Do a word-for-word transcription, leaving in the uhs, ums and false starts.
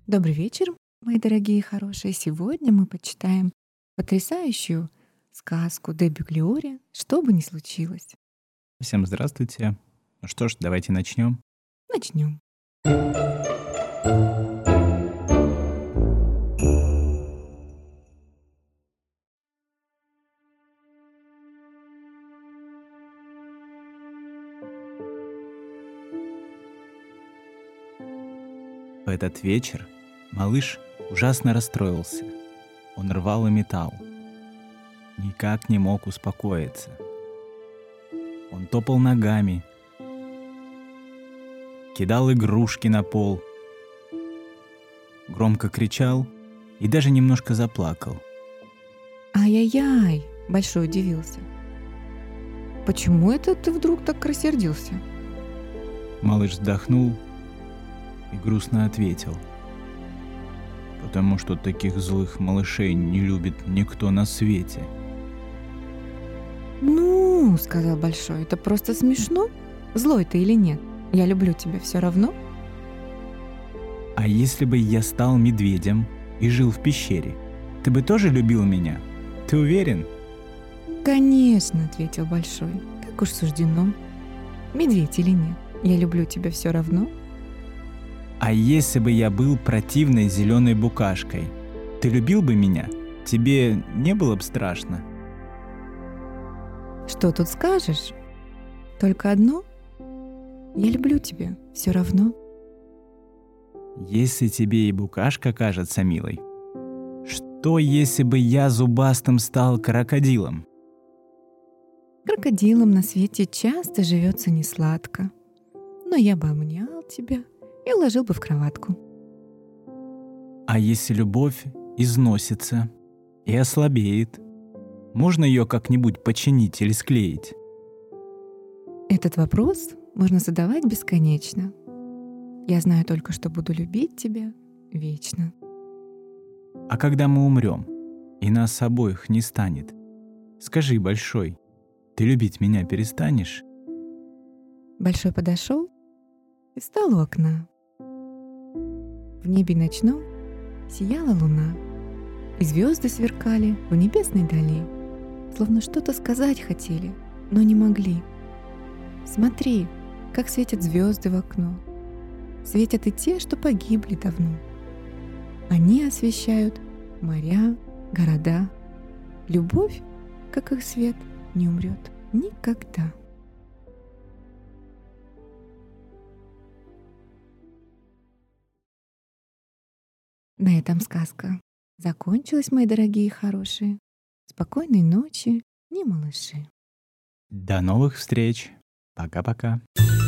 Добрый вечер, мои дорогие и хорошие. Сегодня мы почитаем потрясающую сказку де Бюглиоре «Что бы ни случилось». Всем здравствуйте. Ну что ж, давайте начнем. Начнем. В этот вечер малыш ужасно расстроился. Он рвал и металл. Никак не мог успокоиться. Он топал ногами, кидал игрушки на пол, громко кричал и даже немножко заплакал. Ай-яй-яй, Большой удивился. Почему это ты вдруг так рассердился? Малыш вздохнул и грустно ответил: «Потому что таких злых малышей не любит никто на свете». Ну, сказал Большой, это просто смешно. Злой ты или нет? Я люблю тебя все равно. «А если бы я стал медведем и жил в пещере, ты бы тоже любил меня? Ты уверен?» Конечно, ответил Большой. Как уж суждено. Медведь или нет? Я люблю тебя все равно. «А если бы я был противной зеленой букашкой, ты любил бы меня? Тебе не было бы страшно?» Что тут скажешь? Только одно. Я люблю тебя все равно. «Если тебе и букашка кажется милой, что если бы я зубастым стал крокодилом?» Крокодилам на свете часто живется несладко, но я бы обнял тебя и уложил бы в кроватку. «А если любовь износится и ослабеет, можно ее как-нибудь починить или склеить?» Этот вопрос можно задавать бесконечно. Я знаю только, что буду любить тебя вечно. «А когда мы умрем, и нас обоих не станет, скажи, Большой, ты любить меня перестанешь?» Большой подошел и встал у окна. В небе ночном сияла луна, и звезды сверкали в небесной дали, словно что-то сказать хотели, но не могли. Смотри, как светят звезды в окно. Светят и те, что погибли давно. Они освещают моря, города. Любовь, как их свет, не умрет никогда. На этом сказка закончилась, мои дорогие и хорошие. Спокойной ночи, не малыши. До новых встреч. Пока-пока.